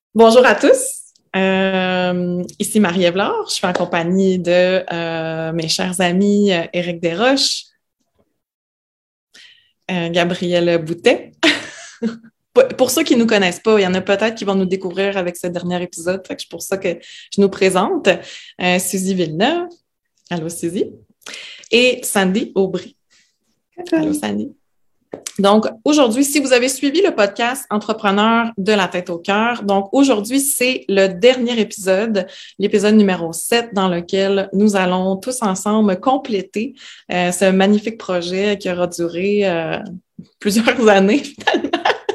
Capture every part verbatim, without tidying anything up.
Bonjour à tous. Euh, ici Marie-Ève Laure. Je suis en compagnie de euh, mes chers amis euh, Éric Desroches, euh, Gabrielle Boutet. Pour pour ceux qui ne nous connaissent pas, il y en a peut-être qui vont nous découvrir avec ce dernier épisode. Fait que c'est pour ça que je nous présente. Euh, Suzy Villeneuve. Allô, Suzy. Et Sandy Aubry. Allô, Sandy. Donc, aujourd'hui, si vous avez suivi le podcast Entrepreneur de la tête au cœur, donc aujourd'hui, c'est le dernier épisode, l'épisode numéro sept, dans lequel nous allons tous ensemble compléter euh, ce magnifique projet qui aura duré euh, plusieurs années, finalement.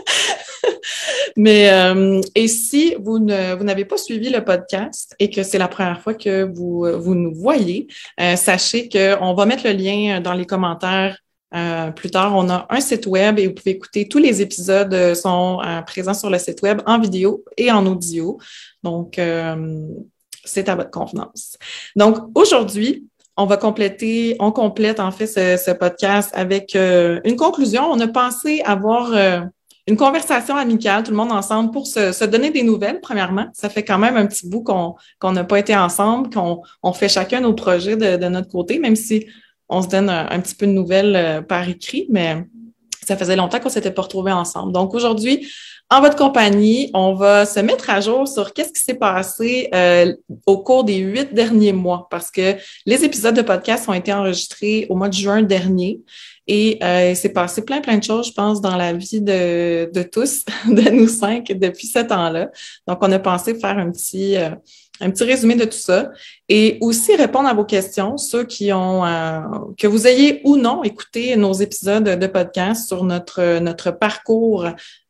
Mais euh, et si vous ne vous n'avez pas suivi le podcast et que c'est la première fois que vous vous nous voyez, euh, sachez qu'on va mettre le lien dans les commentaires. Euh, plus tard, on a un site web et vous pouvez écouter. Tous les épisodes euh, sont euh, présents sur le site web en vidéo et en audio. Donc, euh, c'est à votre convenance. Donc, aujourd'hui, on va compléter, on complète en fait ce, ce podcast avec euh, une conclusion. On a pensé avoir euh, une conversation amicale, tout le monde ensemble, pour se, se donner des nouvelles, premièrement. Ça fait quand même un petit bout qu'on qu'on n'a pas été ensemble, qu'on on fait chacun nos projets de, de notre côté, même si on se donne un, un petit peu de nouvelles euh, par écrit, mais ça faisait longtemps qu'on s'était pas retrouvés ensemble. Donc aujourd'hui, en votre compagnie, on va se mettre à jour sur qu'est-ce qui s'est passé euh, au cours des huit derniers mois, parce que les épisodes de podcast ont été enregistrés au mois de juin dernier. Et euh, il s'est passé plein, plein de choses, je pense, dans la vie de, de tous, de nous cinq, depuis ce temps-là. Donc, on a pensé faire un petit, euh, un petit résumé de tout ça et aussi répondre à vos questions, ceux qui ont, euh, que vous ayez ou non écouté nos épisodes de podcast sur notre, notre parcours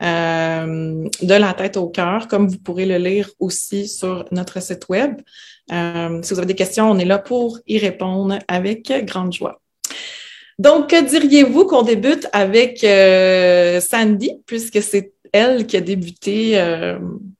euh, de la tête au cœur, comme vous pourrez le lire aussi sur notre site web. Euh, si vous avez des questions, on est là pour y répondre avec grande joie. Donc, que diriez-vous qu'on débute avec euh, Sandy, puisque c'est elle qui a débuté euh,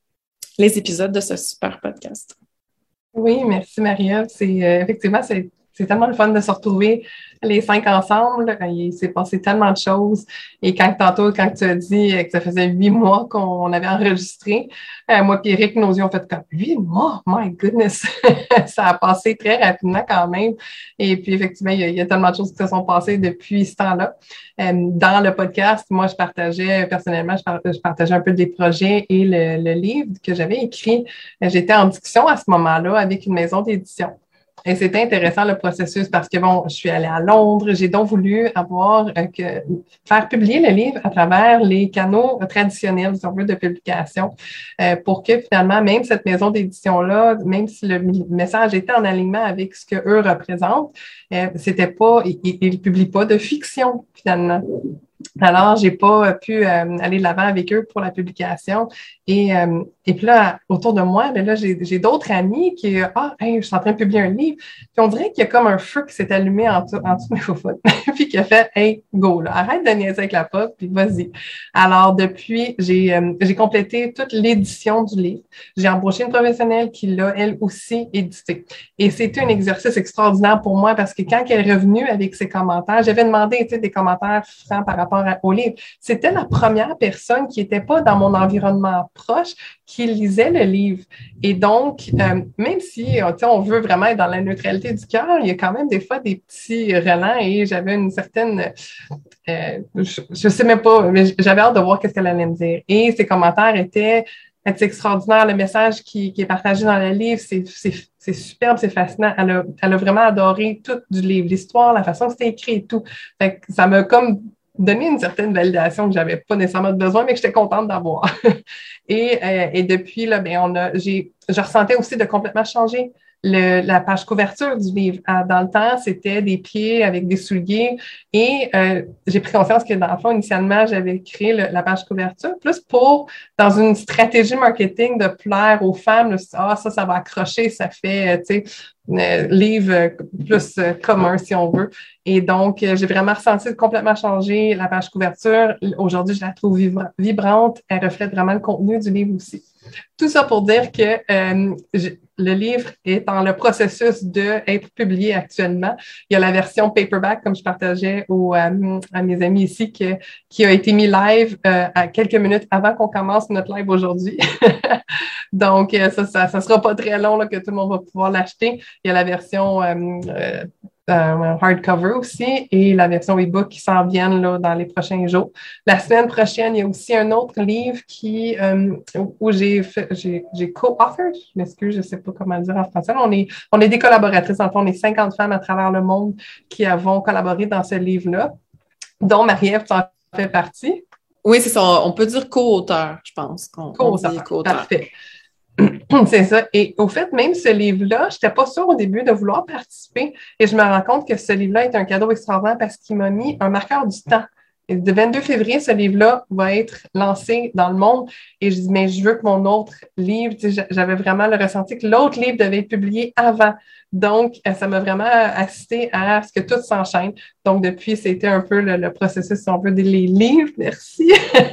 les épisodes de ce super podcast? Oui, merci Maria. C'est euh, effectivement, c'est, c'est tellement le fun de se retrouver les cinq ensemble. Il s'est passé tellement de choses. Et quand tantôt, quand tu as dit que ça faisait huit mois qu'on avait enregistré, euh, moi et Eric, nos yeux ont fait comme huit mois, my goodness! Ça a passé très rapidement quand même. Et puis effectivement, il y a, il y a tellement de choses qui se sont passées depuis ce temps-là. Euh, dans le podcast, moi, je partageais, personnellement, je, par, je partageais un peu des projets et le, le livre que j'avais écrit. J'étais en discussion à ce moment-là avec une maison d'édition. Et c'était intéressant le processus parce que, bon, je suis allée à Londres, j'ai donc voulu avoir, euh, que, faire publier le livre à travers les canaux traditionnels, si on veut, de publication, euh, pour que finalement, même cette maison d'édition-là, même si le message était en alignement avec ce qu'eux représentent, euh, c'était pas, ils ne publient pas de fiction, finalement. Alors, j'ai pas pu euh, aller de l'avant avec eux pour la publication. Et, euh, et puis là, autour de moi, ben là, j'ai, j'ai d'autres amis qui, ah, hey, je suis en train de publier un livre. Puis on dirait qu'il y a comme un feu qui s'est allumé en, tout, en dessous de mes faux-foutes. Puis qui a fait, hey, go, là, arrête de niaiser avec la pop, puis vas-y. Alors, depuis, j'ai, euh, j'ai complété toute l'édition du livre. J'ai embauché une professionnelle qui l'a, elle aussi, édité. Et c'était un exercice extraordinaire pour moi parce que quand elle est revenue avec ses commentaires, j'avais demandé, tu sais, des commentaires francs par rapport à, au livre. C'était la première personne qui n'était pas dans mon environnement proche qui lisait le livre. Et donc, euh, même si on veut vraiment être dans la neutralité du cœur, il y a quand même des fois des petits relents et j'avais une certaine... Euh, je ne sais même pas, mais j'avais hâte de voir qu'est-ce qu'elle allait me dire. Et ses commentaires étaient... C'est extraordinaire. Le message qui, qui est partagé dans le livre, c'est, c'est, c'est superbe, c'est fascinant. Elle a, elle a vraiment adoré tout du livre, l'histoire, la façon que c'était écrit et tout. Fait que ça m'a comme donné une certaine validation que j'avais pas nécessairement besoin, mais que j'étais contente d'avoir. et, euh, et depuis, là, ben, on a, j'ai, je ressentais aussi de complètement changer le, la page couverture du livre. Dans le temps, c'était des pieds avec des souliers et euh, j'ai pris conscience que dans le fond, initialement, j'avais créé le, la page couverture plus pour, dans une stratégie marketing de plaire aux femmes. Là, ah, ça, ça va accrocher, ça fait, tu sais, Euh, livre plus euh, commun, si on veut. Et donc, euh, j'ai vraiment ressenti de complètement changer la page couverture. Aujourd'hui, je la trouve vibra- vibrante. Elle reflète vraiment le contenu du livre aussi. Tout ça pour dire que euh, je, le livre est dans le processus d'être publié actuellement. Il y a la version paperback, comme je partageais au, euh, à mes amis ici, que, qui a été mis live euh, à quelques minutes avant qu'on commence notre live aujourd'hui. Donc, euh, ça, ça, ça sera pas très long là, que tout le monde va pouvoir l'acheter. Il y a la version euh, euh, Euh, hardcover aussi et la version e-book qui s'en viennent là, dans les prochains jours. La semaine prochaine, il y a aussi un autre livre qui euh, où j'ai fait, j'ai, j'ai co-authored, je m'excuse, je ne sais pas comment le dire en français. On est, on est des collaboratrices, en fait, on est cinquante femmes à travers le monde qui avons collaboré dans ce livre-là, dont Marie-Ève, tu en fais partie. Oui, c'est ça. On peut dire co-auteur, je pense. On, co-auteur, on dit co-auteur. Parfait. C'est ça. Et au fait, même ce livre-là, je n'étais pas sûre au début de vouloir participer. Et je me rends compte que ce livre-là est un cadeau extraordinaire parce qu'il m'a mis un marqueur du temps. Et le vingt-deux février, ce livre-là va être lancé dans le monde. Et je dis, mais je veux que mon autre livre, tu sais, j'avais vraiment le ressenti que l'autre livre devait être publié avant. Donc, ça m'a vraiment assisté à ce que tout s'enchaîne. Donc, depuis, c'était un peu le, le processus, si on veut, des livres. Merci.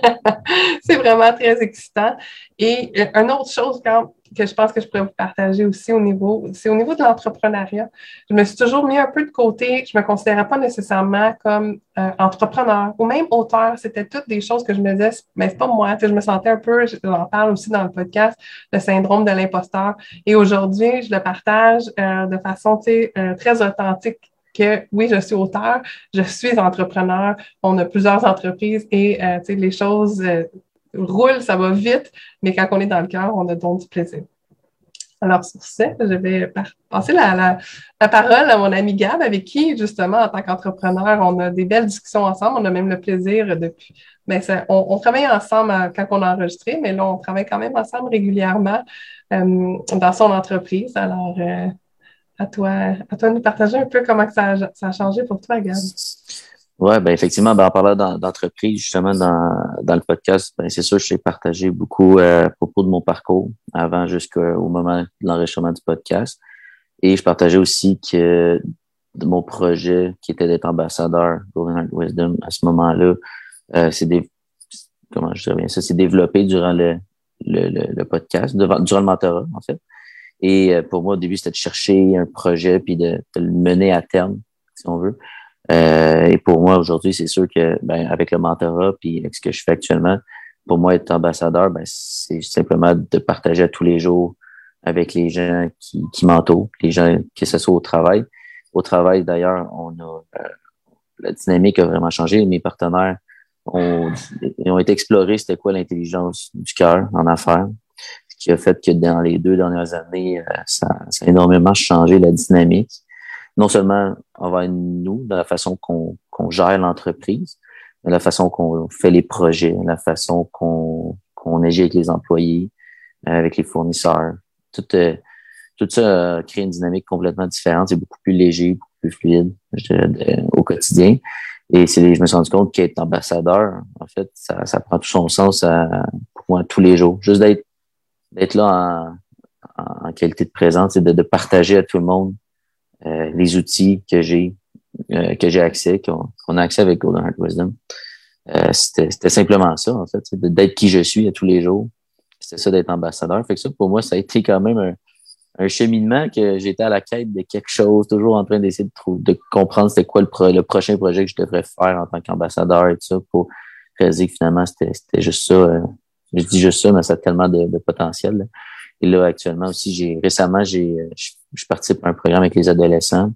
C'est vraiment très excitant. Et une autre chose quand, que je pense que je pourrais vous partager aussi au niveau, c'est au niveau de l'entrepreneuriat. Je me suis toujours mis un peu de côté. Je me considérais pas nécessairement comme euh, entrepreneur ou même auteur. C'était toutes des choses que je me disais, mais c'est pas moi. Tu sais, je me sentais un peu, j'en parle aussi dans le podcast, le syndrome de l'imposteur. Et aujourd'hui, je le partage euh, de façon, tu sais, euh, très authentique. Que oui, je suis auteur, je suis entrepreneur, on a plusieurs entreprises et euh, tu sais, les choses euh, roulent, ça va vite, mais quand on est dans le cœur, on a donc du plaisir. Alors, sur ce, je vais par- passer la, la, la parole à mon ami Gab, avec qui, justement, en tant qu'entrepreneur, on a des belles discussions ensemble, on a même le plaisir depuis... Ben, ça, on, on travaille ensemble à, quand on a enregistré, mais là, on travaille quand même ensemble régulièrement euh, dans son entreprise. Alors, euh, À toi, à toi de nous partager un peu comment que ça, a, ça a changé pour toi, Gab. Oui, ben effectivement, ben, en parlant d'en- d'entreprise, justement, dans, dans le podcast, ben, c'est sûr que j'ai partagé beaucoup euh, à propos de mon parcours avant jusqu'au moment de l'enregistrement du podcast. Et je partageais aussi que de mon projet qui était d'être ambassadeur Golden Heart Wisdom à ce moment-là, euh, c'est des comment je dirais bien ça, c'est développé durant le, le, le, le podcast, devant, durant le mentorat, en fait. Et euh, pour moi, au début, c'était de chercher un projet puis de, de le mener à terme, si on veut. Euh, et pour moi, aujourd'hui, c'est sûr que ben, avec le mentorat puis avec ce que je fais actuellement, pour moi, être ambassadeur, ben, c'est simplement de partager à tous les jours avec les gens qui, qui m'entourent, les gens, que ce soit au travail. Au travail, d'ailleurs, on a euh, la dynamique a vraiment changé. Mes partenaires ont, ont été explorés c'était quoi l'intelligence du cœur en affaires, ce qui a fait que dans les deux dernières années, euh, ça, ça a énormément changé la dynamique. Non seulement envers nous, dans la façon qu'on qu'on gère l'entreprise, mais la façon qu'on fait les projets, la façon qu'on qu'on agit avec les employés, avec les fournisseurs. Tout, euh, tout ça euh, crée une dynamique complètement différente. C'est beaucoup plus léger, beaucoup plus fluide je, de, au quotidien. Et c'est, je me suis rendu compte qu'être ambassadeur, en fait, ça, ça prend tout son sens à, pour moi tous les jours. Juste d'être d'être là en, en qualité de présence et de, de partager à tout le monde euh, les outils que j'ai euh, que j'ai accès, qu'on, qu'on a accès avec Golden Heart Wisdom. Euh, c'était, c'était simplement ça, en fait, d'être qui je suis à tous les jours. C'était ça d'être ambassadeur. Fait que ça, pour moi, ça a été quand même un, un cheminement que j'étais à la quête de quelque chose, toujours en train d'essayer de trouver, de comprendre c'était quoi le, pro, le prochain projet que je devrais faire en tant qu'ambassadeur et tout ça pour réaliser que finalement, c'était, c'était juste ça. Euh, je dis juste ça, mais ça a tellement de, de potentiel. Là. Et là, actuellement aussi, j'ai récemment, j'ai je, je participe à un programme avec les adolescents,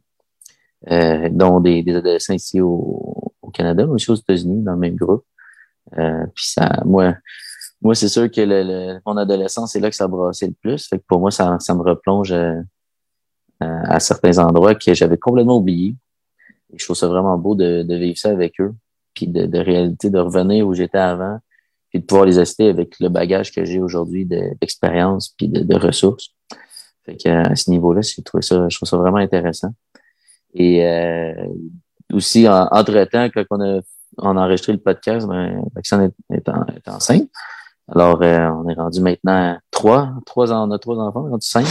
euh, dont des, des adolescents ici au, au Canada, mais aussi aux États-Unis, dans le même groupe. Euh, puis ça, moi, moi, c'est sûr que le, le, mon adolescence, c'est là que ça brassait le plus. Fait que pour moi, ça, ça me replonge euh, à certains endroits que j'avais complètement oubliés. Et je trouve ça vraiment beau de, de vivre ça avec eux, puis de, de réalité, de revenir où j'étais avant, puis de pouvoir les assister avec le bagage que j'ai aujourd'hui de, d'expérience puis de, de ressources. Fait que à ce niveau-là, j'ai trouvé ça, je trouve ça vraiment intéressant. Et euh, aussi, en, entre-temps, quand on a, on a enregistré le podcast, ben, Roxane est, est, en, est enceinte. Alors, euh, on est rendu maintenant trois, trois, on a trois enfants, on est rendu cinq.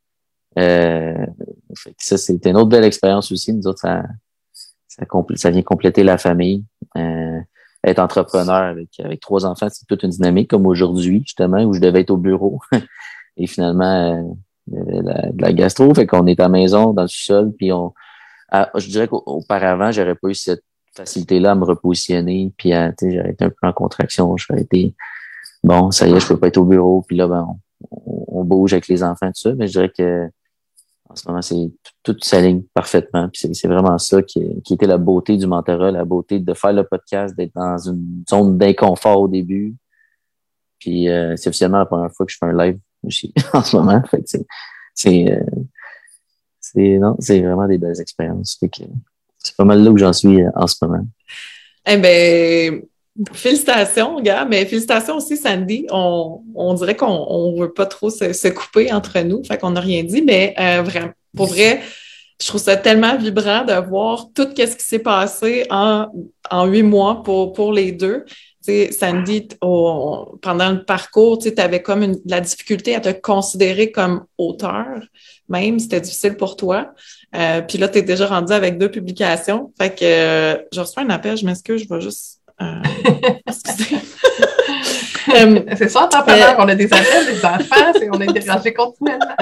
Euh, fait que ça, c'était une autre belle expérience aussi. Nous autres, ça, ça, complé, ça vient compléter la famille. Euh, être entrepreneur avec, avec trois enfants, c'est toute une dynamique, comme aujourd'hui, justement, où je devais être au bureau. Et finalement, euh, il y avait la, de la gastro, fait qu'on est à la maison, dans le sous-sol, puis on, à, je dirais qu'auparavant, j'aurais pas eu cette facilité-là à me repositionner, puis à, tu sais, j'aurais été un peu en contraction, j'aurais été, bon, ça y est, je peux pas être au bureau, puis là, ben, on, on bouge avec les enfants, tout ça, mais je dirais que, en ce moment, c'est tout, tout s'aligne parfaitement. Puis c'est, c'est vraiment ça qui, qui était la beauté du mentorat, la beauté de faire le podcast, d'être dans une zone d'inconfort au début. Puis euh, c'est officiellement la première fois que je fais un live aussi en ce moment. Fait que c'est, c'est, euh, c'est, non, c'est vraiment des belles expériences. Fait que c'est pas mal là où j'en suis euh, en ce moment. Eh bien, félicitations, gars, mais félicitations aussi, Sandy. On, on dirait qu'on on veut pas trop se, se couper entre nous, fait qu'on n'a rien dit, mais euh, vraiment, pour vrai, je trouve ça tellement vibrant de voir tout ce qui s'est passé en, en huit mois pour, pour les deux. Tu sais, Sandy, au, pendant le parcours, tu avais comme une, la difficulté à te considérer comme auteur, même, c'était difficile pour toi. Euh, puis là, tu es déjà rendu avec deux publications. Fait que euh, je reçois un appel, je m'excuse, je vais juste... Euh, excusez. euh, c'est ça, entrepreneur, euh, on a des appels, des enfants, c'est, on est dérangé continuellement.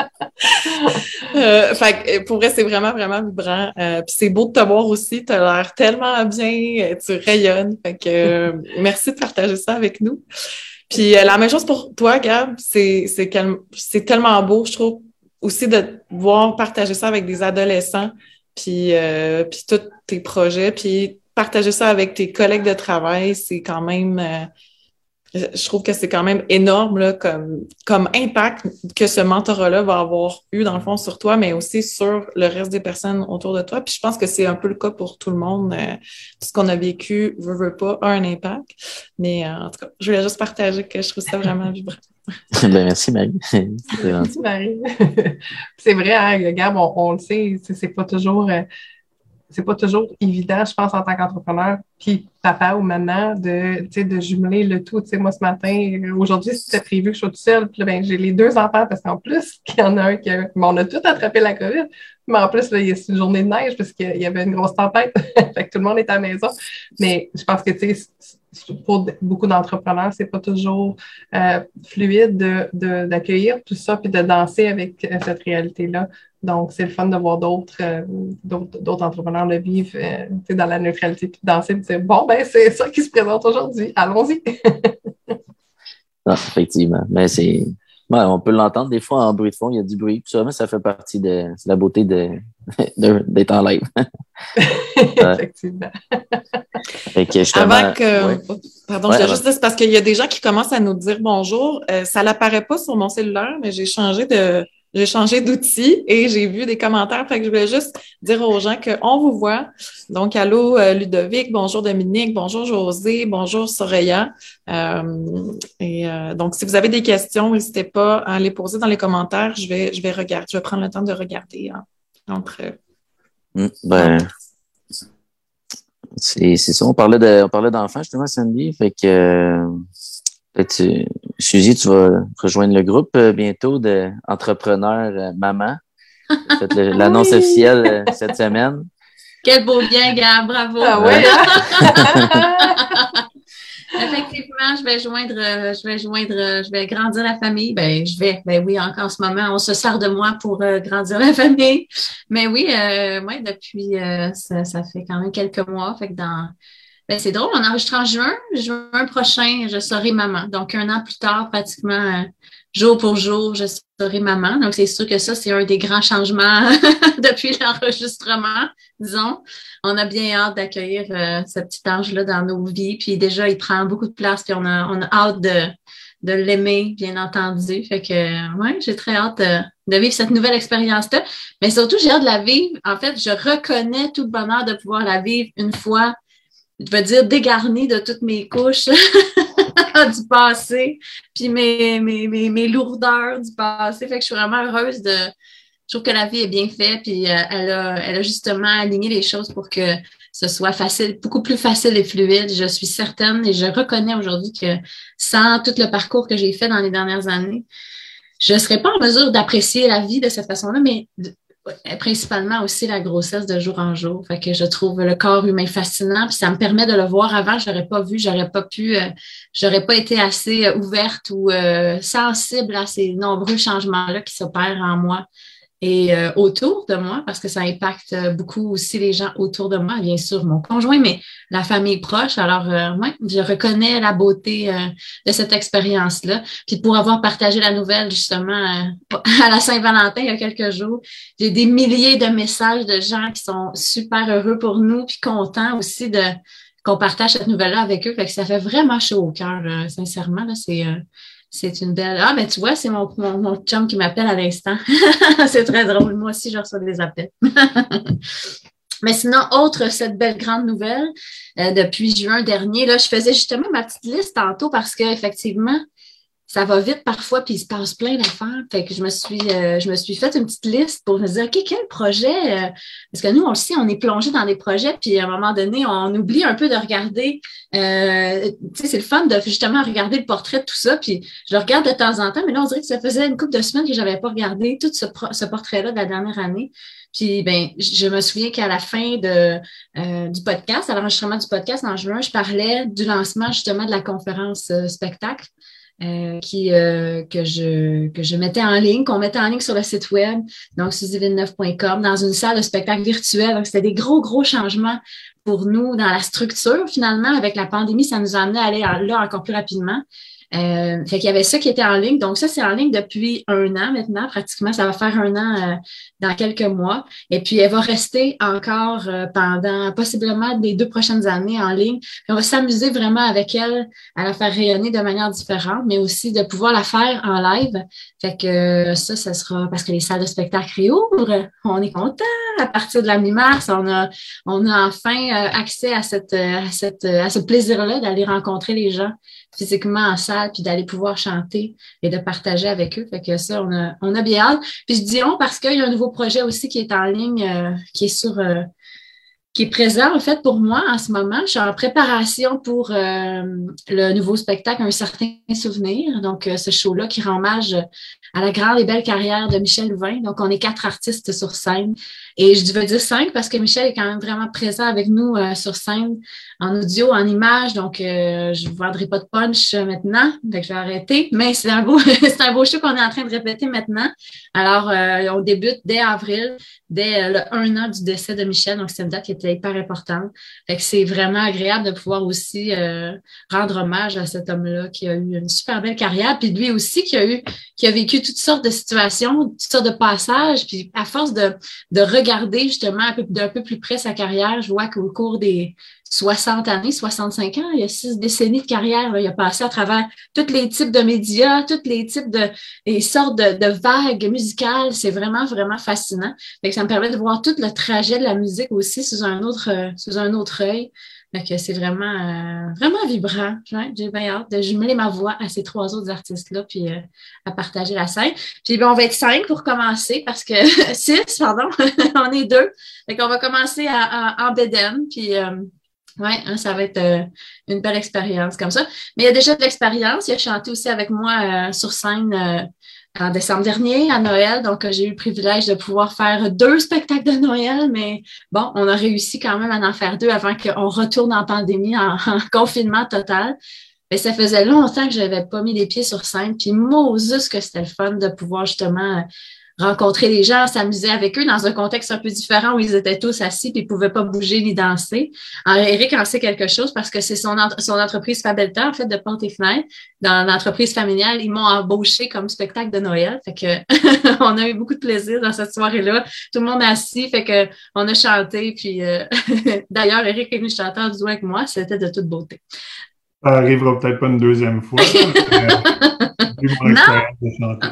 euh, fait que pour vrai, c'est vraiment, vraiment vibrant. Euh, puis c'est beau de te voir aussi, tu as l'air tellement bien, tu rayonnes. Fait que euh, merci de partager ça avec nous. Puis euh, la même chose pour toi, Gab, c'est, c'est, quel, c'est tellement beau, je trouve, aussi de voir partager ça avec des adolescents, puis, euh, puis tous tes projets, puis partager ça avec tes collègues de travail, c'est quand même, euh, je trouve que c'est quand même énorme là, comme, comme impact que ce mentorat-là va avoir eu, dans le fond, sur toi, mais aussi sur le reste des personnes autour de toi. Puis je pense que c'est un peu le cas pour tout le monde. Euh, tout ce qu'on a vécu, veut, veut pas, a un impact. Mais euh, en tout cas, je voulais juste partager que je trouve ça vraiment vibrant. Ben, merci, Marie. Merci, Marie. C'est vrai, hein, Gab, on, on le sait, c'est, c'est pas toujours... Euh, c'est pas toujours évident, je pense, en tant qu'entrepreneur, puis papa ou maman, de, tu sais, de jumeler le tout. Tu sais, moi, ce matin, aujourd'hui, c'était prévu que je sois toute seule, puis là, ben, j'ai les deux enfants, parce qu'en plus, il y en a un qui a, bon, on a tous attrapé la COVID, mais en plus, là, il y a une journée de neige, parce qu'il y avait une grosse tempête, fait que tout le monde est à la maison. Mais je pense que, tu sais, pour beaucoup d'entrepreneurs, c'est pas toujours euh, fluide de, de, d'accueillir tout ça, puis de danser avec euh, cette réalité-là. Donc, c'est le fun de voir d'autres, euh, d'autres, d'autres entrepreneurs le vivre euh, dans la neutralité, puis danser, puis dire, bon, ben, c'est ça qui se présente aujourd'hui, allons-y. Non, effectivement, mais c'est... Ouais, on peut l'entendre des fois en bruit de fond, il y a du bruit, puis ça, ça fait partie de, de la beauté de, de, d'être en live. Effectivement. Fait que justement, Avant que... ouais. Pardon, ouais, je voulais avant... juste dire, c'est parce qu'il y a des gens qui commencent à nous dire bonjour. Euh, ça n'apparaît pas sur mon cellulaire, mais j'ai changé de... J'ai changé d'outil et j'ai vu des commentaires. Fait que je voulais juste dire aux gens qu'on vous voit. Donc, allô euh, Ludovic, bonjour Dominique, bonjour José, bonjour Soraya. Euh, et euh, donc, si vous avez des questions, n'hésitez pas à les poser dans les commentaires. Je vais, je vais regarder, je vais prendre le temps de regarder hein, entre. Mmh, ben, c'est, c'est ça. On parlait de, on parlait d'enfants justement, Sandy. Fait que. Euh... Tu, Suzy, tu vas rejoindre le groupe euh, bientôt d'entrepreneurs euh, maman. Faites le, l'annonce oui. officielle euh, cette semaine. Quel beau lien, Gab, bravo. Ah ouais. Effectivement, je vais joindre, je vais joindre, je vais grandir la famille. Ben, je vais, ben oui, encore en ce moment, on se sert de moi pour euh, grandir la famille. Mais oui, euh, moi, depuis, euh, ça, ça fait quand même quelques mois. Fait que dans Ben, c'est drôle, on enregistre en juin. Juin prochain, je serai maman. Donc, un an plus tard, pratiquement, jour pour jour, je serai maman. Donc, c'est sûr que ça, c'est un des grands changements depuis l'enregistrement, disons. On a bien hâte d'accueillir euh, ce petit ange-là dans nos vies. Puis déjà, il prend beaucoup de place, puis on a, on a hâte de, de l'aimer, bien entendu. Fait que, ouais, j'ai très hâte de, de vivre cette nouvelle expérience-là. Mais surtout, j'ai hâte de la vivre. En fait, je reconnais tout le bonheur de pouvoir la vivre une fois, je veux dire, dégarnie de toutes mes couches du passé, puis mes, mes, mes, mes lourdeurs du passé. Fait que je suis vraiment heureuse de... Je trouve que la vie est bien faite, puis euh, elle a, elle a justement aligné les choses pour que ce soit facile, beaucoup plus facile et fluide. Je suis certaine et je reconnais aujourd'hui que sans tout le parcours que j'ai fait dans les dernières années, je ne serais pas en mesure d'apprécier la vie de cette façon-là, mais principalement aussi la grossesse de jour en jour. Fait que je trouve le corps humain fascinant, puis ça me permet de le voir avant, j'aurais pas vu, j'aurais pas pu, euh, j'aurais pas été assez euh, ouverte ou euh, sensible à ces nombreux changements-là qui s'opèrent en moi et euh, autour de moi, parce que ça impacte beaucoup aussi les gens autour de moi, bien sûr mon conjoint, mais la famille proche. Alors, euh, ouais, je reconnais la beauté euh, de cette expérience-là. Puis pour avoir partagé la nouvelle, justement, euh, à la Saint-Valentin, il y a quelques jours, j'ai des milliers de messages de gens qui sont super heureux pour nous, puis contents aussi de qu'on partage cette nouvelle-là avec eux. Fait que ça fait vraiment chaud au cœur, euh, sincèrement. Là, c'est... Euh, C'est une belle... Ah, ben tu vois, c'est mon, mon, mon chum qui m'appelle à l'instant. C'est très drôle. Moi aussi, je reçois des appels. Mais sinon, autre, cette belle grande nouvelle, euh, depuis juin dernier, là, je faisais justement ma petite liste tantôt parce qu'effectivement, ça va vite parfois, puis il se passe plein d'affaires. Fait que je me suis, euh, je me suis fait une petite liste pour me dire, OK, quel projet? Euh, parce que nous, on le sait, on est plongé dans des projets, puis à un moment donné, on oublie un peu de regarder. Euh, tu sais, c'est le fun de justement regarder le portrait de tout ça. Puis je le regarde de temps en temps, mais là, on dirait que ça faisait une couple de semaines que j'avais pas regardé tout ce, ce portrait-là de la dernière année. Puis, ben, je me souviens qu'à la fin de, euh, du podcast, à l'enregistrement du podcast en juin, je parlais du lancement justement de la conférence euh, spectacle. Euh, qui euh, que je que je mettais en ligne, qu'on mettait en ligne sur le site web, donc suzy villeneuve point com, dans une salle de spectacle virtuelle. Donc, c'était des gros, gros changements pour nous dans la structure. Finalement, avec la pandémie, ça nous a amené à aller là encore plus rapidement. Euh, fait qu'il y avait ça qui était en ligne. Donc, ça, c'est en ligne depuis un an maintenant, pratiquement. Ça va faire un an euh, dans quelques mois. Et puis, elle va rester encore euh, pendant possiblement les deux prochaines années en ligne. Puis on va s'amuser vraiment avec elle, à la faire rayonner de manière différente, mais aussi de pouvoir la faire en live. Fait que euh, ça, ça sera parce que les salles de spectacle réouvrent. On est content. À partir de la mi-mars, on a, on a enfin euh, accès à cette, à cette, à ce plaisir-là d'aller rencontrer les gens physiquement en salle, puis d'aller pouvoir chanter et de partager avec eux. Fait que ça, on a, on a bien hâte. Puis je dis on parce qu'il y a un nouveau projet aussi qui est en ligne, euh, qui est sur, euh, qui est présent en fait pour moi en ce moment. Je suis en préparation pour euh, le nouveau spectacle Un certain souvenir. Donc, euh, ce show-là qui rend hommage à la grande et belle carrière de Michel Louvain. Donc, on est quatre artistes sur scène. Et je veux dire cinq parce que Michel est quand même vraiment présent avec nous euh, sur scène, en audio, en image. Donc, euh, je ne vous vendrai pas de punch euh, maintenant. Donc, je vais arrêter. Mais c'est un beau, c'est un beau show qu'on est en train de répéter maintenant. Alors, euh, on débute dès avril, dès euh, le un an du décès de Michel. Donc, c'est une date qui était hyper importante. Fait que c'est vraiment agréable de pouvoir aussi euh, rendre hommage à cet homme-là qui a eu une super belle carrière. Puis lui aussi qui a eu, qui a vécu toutes sortes de situations, toutes sortes de passages. Puis à force de, de regarder justement un peu, d'un peu plus près sa carrière, je vois qu'au cours des soixante années, soixante-cinq ans, il y a six décennies de carrière, là, il a passé à travers tous les types de médias, tous les types de, les sortes de, de vagues musicales. C'est vraiment, vraiment fascinant. Fait que ça me permet de voir tout le trajet de la musique aussi sous un autre, euh, sous un autre œil. Fait que c'est vraiment, euh, vraiment vibrant. Ouais, j'ai bien hâte de jumeler ma voix à ces trois autres artistes-là, puis euh, à partager la scène. Puis ben, on va être cinq pour commencer, parce que six, pardon, on est deux. Fait qu'on va commencer à, à, en bédaine, puis euh, ouais, hein, ça va être euh, une belle expérience comme ça. Mais il y a déjà de l'expérience. Il a chanté aussi avec moi euh, sur scène euh, en décembre dernier, à Noël. Donc, euh, j'ai eu le privilège de pouvoir faire deux spectacles de Noël, mais bon, on a réussi quand même à en faire deux avant qu'on retourne en pandémie, en, en confinement total. Mais ça faisait longtemps que je n'avais pas mis les pieds sur scène. Puis, Moses, que c'était le fun de pouvoir justement rencontrer les gens, s'amuser avec eux dans un contexte un peu différent où ils étaient tous assis et ils ne pouvaient pas bouger ni danser. Alors, Eric en sait quelque chose parce que c'est son, ent- son entreprise Fabelta, en fait, de portes et fenêtres. Dans l'entreprise familiale, ils m'ont embauché comme spectacle de Noël. Fait que on a eu beaucoup de plaisir dans cette soirée-là. Tout le monde assis, fait que on a chanté. Puis euh, d'ailleurs, Eric est venu chanter en duo avec moi. C'était de toute beauté. Ça arrivera peut-être pas une deuxième fois. Là, mais, vu mon expérience de chanter.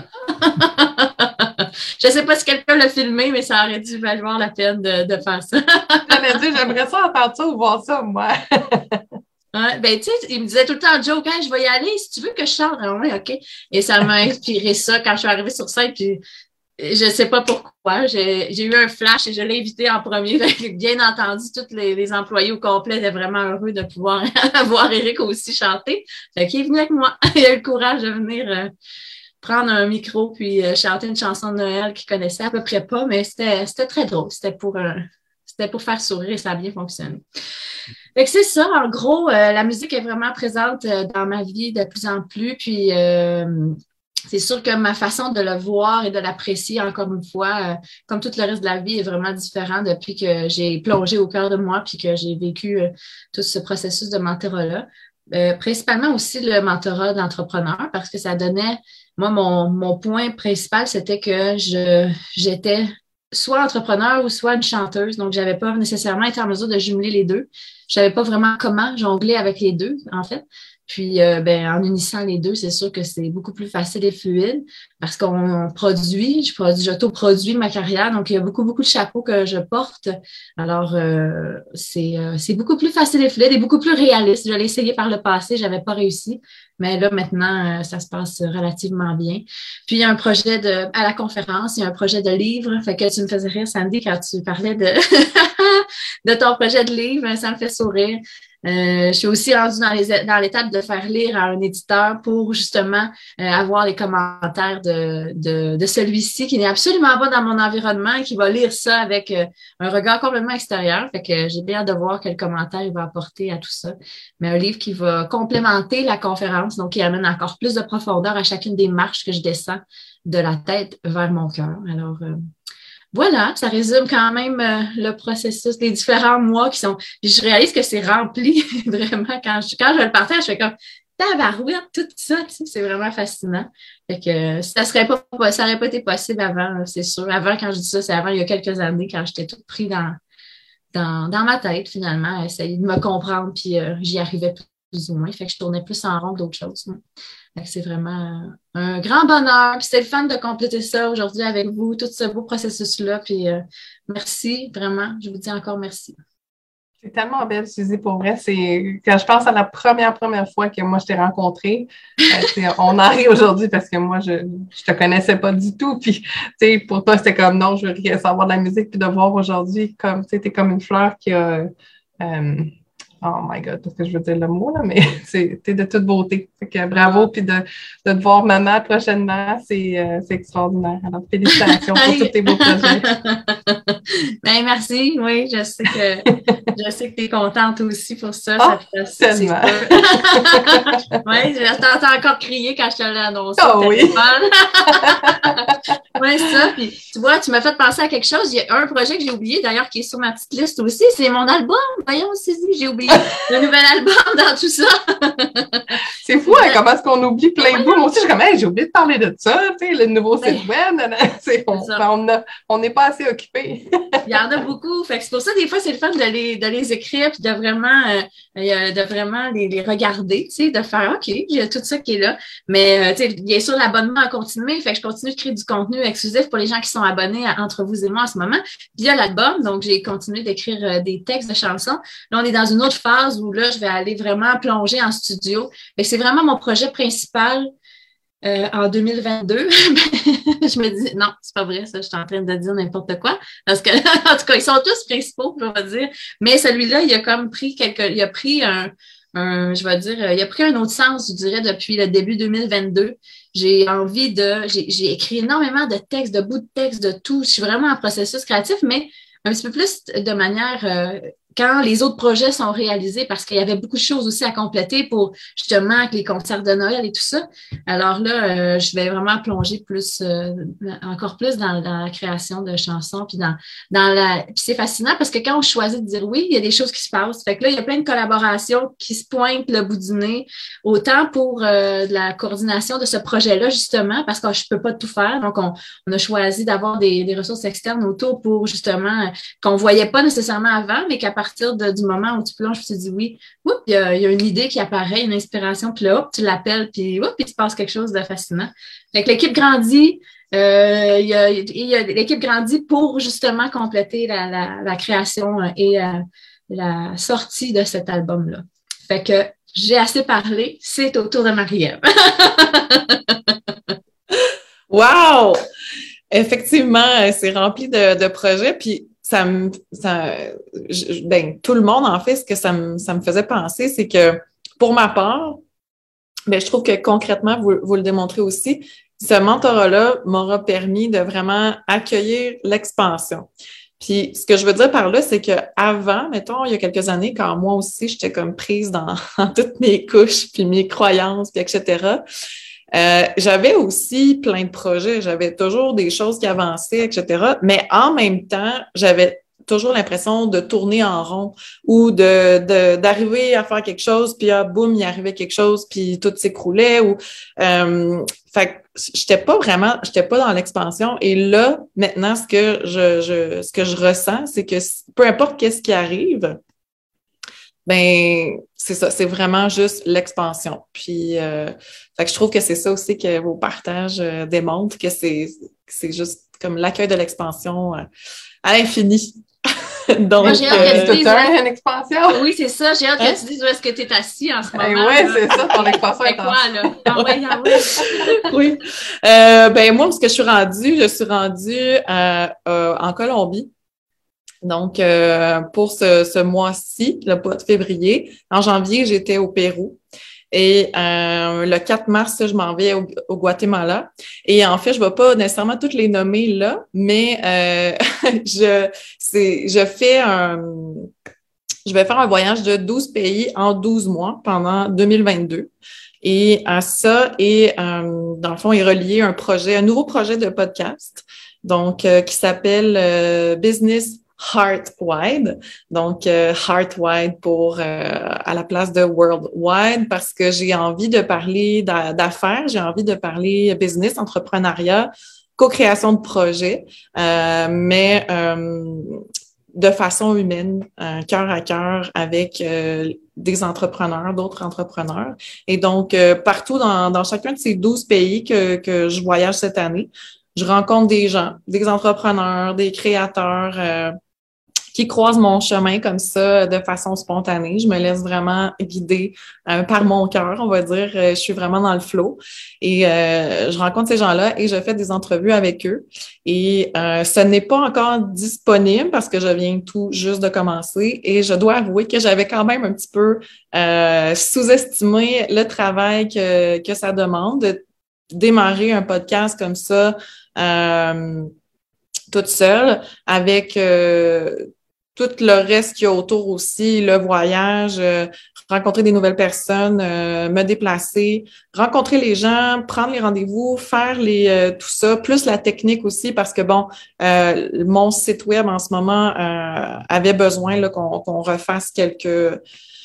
Je ne sais pas si quelqu'un l'a filmé, mais ça aurait dû valoir la peine de, de faire ça. J'allais dire, j'aimerais ça entendre ça ou voir ça, moi. Ouais, ben, tu sais, il me disait tout le temps, Joe, quand je vais y aller, si tu veux que je chante. Ah oui, OK. Et ça m'a inspiré ça quand je suis arrivée sur scène, puis je sais pas pourquoi. J'ai, j'ai eu un flash et je l'ai invité en premier. Bien entendu, tous les, les employés au complet étaient vraiment heureux de pouvoir voir Eric aussi chanter. Fait qu'il est venu avec moi. Il a eu le courage de venir, euh, prendre un micro puis euh, chanter une chanson de Noël qu'ils connaissaient à peu près pas, mais c'était, c'était très drôle. C'était pour, euh, c'était pour faire sourire et ça a bien fonctionné. Fait que c'est ça, en gros, euh, la musique est vraiment présente euh, dans ma vie de plus en plus. Puis euh, c'est sûr que ma façon de le voir et de l'apprécier, encore une fois, euh, comme tout le reste de la vie, est vraiment différent depuis que j'ai plongé au cœur de moi puis que j'ai vécu euh, tout ce processus de mentorat-là. Euh, principalement aussi le mentorat d'entrepreneur parce que ça donnait, moi, mon, mon point principal, c'était que je j'étais soit entrepreneur ou soit une chanteuse. Donc, j'avais pas nécessairement été en mesure de jumeler les deux. Je savais pas vraiment comment jongler avec les deux, en fait. Puis, euh, ben, en unissant les deux, c'est sûr que c'est beaucoup plus facile et fluide parce qu'on produit, je produis, j'auto-produis ma carrière. Donc, il y a beaucoup, beaucoup de chapeaux que je porte. Alors, euh, c'est, euh, c'est beaucoup plus facile et fluide et beaucoup plus réaliste. Je l'ai essayé par le passé, j'avais pas réussi. Mais là, maintenant, euh, ça se passe relativement bien. Puis, il y a un projet de, à la conférence, il y a un projet de livre. Fait que tu me faisais rire, Sandy, quand tu parlais de, de ton projet de livre. Ça me fait sourire. Euh, je suis aussi rendue dans, les, dans l'étape de faire lire à un éditeur pour justement euh, avoir les commentaires de, de, de celui-ci qui n'est absolument pas dans mon environnement et qui va lire ça avec euh, un regard complètement extérieur. Fait que j'ai bien hâte de voir quel commentaire il va apporter à tout ça. Mais un livre qui va complémenter la conférence, donc qui amène encore plus de profondeur à chacune des marches que je descends de la tête vers mon cœur. Alors, euh, voilà, ça résume quand même euh, le processus, les différents mois qui sont. Puis je réalise que c'est rempli vraiment quand je, quand je le partage, je fais comme tabarouette, tout ça, tu sais, c'est vraiment fascinant. Fait que ça serait pas, ça aurait pas été possible avant, c'est sûr. Avant, quand je dis ça, c'est avant il y a quelques années, quand j'étais toute pris dans, dans, dans ma tête, finalement, à essayer de me comprendre, puis euh, j'y arrivais plus ou moins. Fait que je tournais plus en rond d'autres choses. Hein. C'est vraiment un grand bonheur. Puis c'est le fun de compléter ça aujourd'hui avec vous, tout ce beau processus-là. Puis euh, merci, vraiment. Je vous dis encore merci. C'est tellement belle, Suzy, pour vrai. C'est quand je pense à la première, première fois que moi je t'ai rencontrée, euh, on en rit aujourd'hui parce que moi, je je te connaissais pas du tout. Puis, tu sais, pour toi, c'était comme non, je veux rien savoir de la musique. Puis de voir aujourd'hui, comme, tu sais, t'es comme une fleur qui a. Euh, Oh my God, parce que je veux dire le mot, là, mais c'est, t'es de toute beauté. Fait que bravo, puis de, de te voir maman prochainement, c'est, euh, c'est extraordinaire. Alors, félicitations pour tous tes beaux projets. Ben, merci, oui, je sais que je sais que tu es contente aussi pour ça. Oh, ça te fait, tellement. Oui, je t'entends encore crier quand je te l'ai annoncé. Oh oui! Oui, ça. Puis, tu vois, tu m'as fait penser à quelque chose. Il y a un projet que j'ai oublié, d'ailleurs, qui est sur ma petite liste aussi. C'est mon album. Voyons, Suzy, j'ai oublié le nouvel album dans tout ça. C'est fou, hein, comment est-ce qu'on oublie plein de bouts. Moi aussi, je suis comme, hey, j'ai oublié de parler de ça, tu sais, le nouveau site web. C'est, on on a, on n'est pas assez occupés. Il y en a beaucoup. Fait que c'est pour ça, des fois, c'est le fun de les, de les écrire puis de vraiment, euh, de vraiment les, les regarder, tu sais, de faire, OK, il y a tout ça qui est là. Mais, euh, tu sais, bien sûr, l'abonnement a continué. Fait que je continue de créer du contenu exclusif pour les gens qui sont abonnés à, entre vous et moi en ce moment. Puis il y a l'album. Donc, j'ai continué d'écrire euh, des textes de chansons. Là, on est dans une autre phase où là, je vais aller vraiment plonger en studio. Fait que c'est vraiment mon projet principal. Euh, en deux mille vingt-deux, je me dis, non, c'est pas vrai, ça, je suis en train de dire n'importe quoi, parce que, en tout cas, ils sont tous principaux, je vais dire, mais celui-là, il a comme pris quelque, il a pris un, un, je vais dire, il a pris un autre sens, je dirais, depuis le début deux mille vingt-deux. J'ai envie de, j'ai, j'ai écrit énormément de textes, de bouts de textes, de tout. Je suis vraiment en processus créatif, mais un petit peu plus de manière, euh, quand les autres projets sont réalisés, parce qu'il y avait beaucoup de choses aussi à compléter pour justement avec les concerts de Noël et tout ça. Alors là, euh, je vais vraiment plonger plus, euh, encore plus dans, dans la création de chansons, puis dans, dans la. Puis c'est fascinant parce que quand on choisit de dire oui, il y a des choses qui se passent. Fait que là, il y a plein de collaborations qui se pointent le bout du nez, autant pour euh, de la coordination de ce projet-là, justement, parce que je peux pas tout faire. Donc, on, on a choisi d'avoir des, des ressources externes autour pour justement qu'on voyait pas nécessairement avant, mais qu'à À partir de, du moment où tu plonges, tu te dis oui, oups, il y, a, il y a une idée qui apparaît, une inspiration, puis là, hop, tu l'appelles, puis oups, il se passe quelque chose de fascinant. Fait que l'équipe grandit, euh, il y a, il y a, l'équipe grandit pour justement compléter la, la, la création et euh, la sortie de cet album-là. Fait que j'ai assez parlé, c'est au tour de Marie-Ève. Wow! Effectivement, c'est rempli de, de projets, puis ça me, ça, je, ben, tout le monde, en fait, ce que ça me, ça me faisait penser, c'est que, pour ma part, ben, je trouve que concrètement, vous, vous le démontrez aussi, ce mentorat-là m'aura permis de vraiment accueillir l'expansion. Puis, ce que je veux dire par là, c'est qu'avant, mettons, il y a quelques années, quand moi aussi, j'étais comme prise dans, dans toutes mes couches, puis mes croyances, puis et cetera, euh, j'avais aussi plein de projets. J'avais toujours des choses qui avançaient, et cetera. Mais en même temps, j'avais toujours l'impression de tourner en rond ou de, de d'arriver à faire quelque chose, puis ah, boum, il arrivait quelque chose, puis tout s'écroulait. Ou, euh, fait que j'étais pas vraiment, j'étais pas dans l'expansion. Et là, maintenant, ce que je, je ce que je ressens, c'est que peu importe qu'est-ce qui arrive, ben c'est ça, c'est vraiment juste l'expansion. Puis, euh, fait que je trouve que c'est ça aussi que vos partages euh, démontrent, que c'est c'est juste comme l'accueil de l'expansion euh, à l'infini. Donc, moi, j'ai hâte euh, que tu dises ouais. une expansion. Oui, c'est ça. J'ai hâte hein? que tu dises où est-ce que tu es assis en ce moment. Oui, c'est ça, ton expansion est quoi, là? Ah ouais, ah ouais. Oui. Euh, ben, moi, parce que je suis rendue, je suis rendue euh, euh, en Colombie. Donc, euh, pour ce, ce mois-ci, le mois de février, en janvier, j'étais au Pérou. Et euh, le quatre mars, je m'en vais au, au Guatemala. Et en fait, je ne vais pas nécessairement toutes les nommer là, mais euh, je, c'est, je fais un, je vais faire un voyage de douze pays en douze mois pendant deux mille vingt-deux. Et à ça, et euh, dans le fond, est relié un projet, un nouveau projet de podcast, donc euh, qui s'appelle euh, Business Heartwide, donc euh, Heartwide pour euh, à la place de Worldwide, parce que j'ai envie de parler d'a- d'affaires, j'ai envie de parler business, entrepreneuriat, co-création de projets, euh, mais euh, de façon humaine, euh, cœur à cœur avec euh, des entrepreneurs, d'autres entrepreneurs. Et donc, euh, partout dans, dans chacun de ces douze pays que, que je voyage cette année, je rencontre des gens, des entrepreneurs, des créateurs, euh, qui croisent mon chemin comme ça de façon spontanée. Je me laisse vraiment guider euh, par mon cœur, on va dire. Je suis vraiment dans le flow. Et euh, je rencontre ces gens-là et je fais des entrevues avec eux. Et euh, ce n'est pas encore disponible parce que je viens tout juste de commencer. Et je dois avouer que j'avais quand même un petit peu euh, sous-estimé le travail que, que ça demande de démarrer un podcast comme ça euh, toute seule avec... Euh, tout le reste qu'il y a autour aussi, le voyage, euh, rencontrer des nouvelles personnes, euh, me déplacer, rencontrer les gens, prendre les rendez-vous, faire les euh, tout ça, plus la technique aussi, parce que bon, euh, mon site web en ce moment euh, avait besoin là, qu'on, qu'on refasse quelques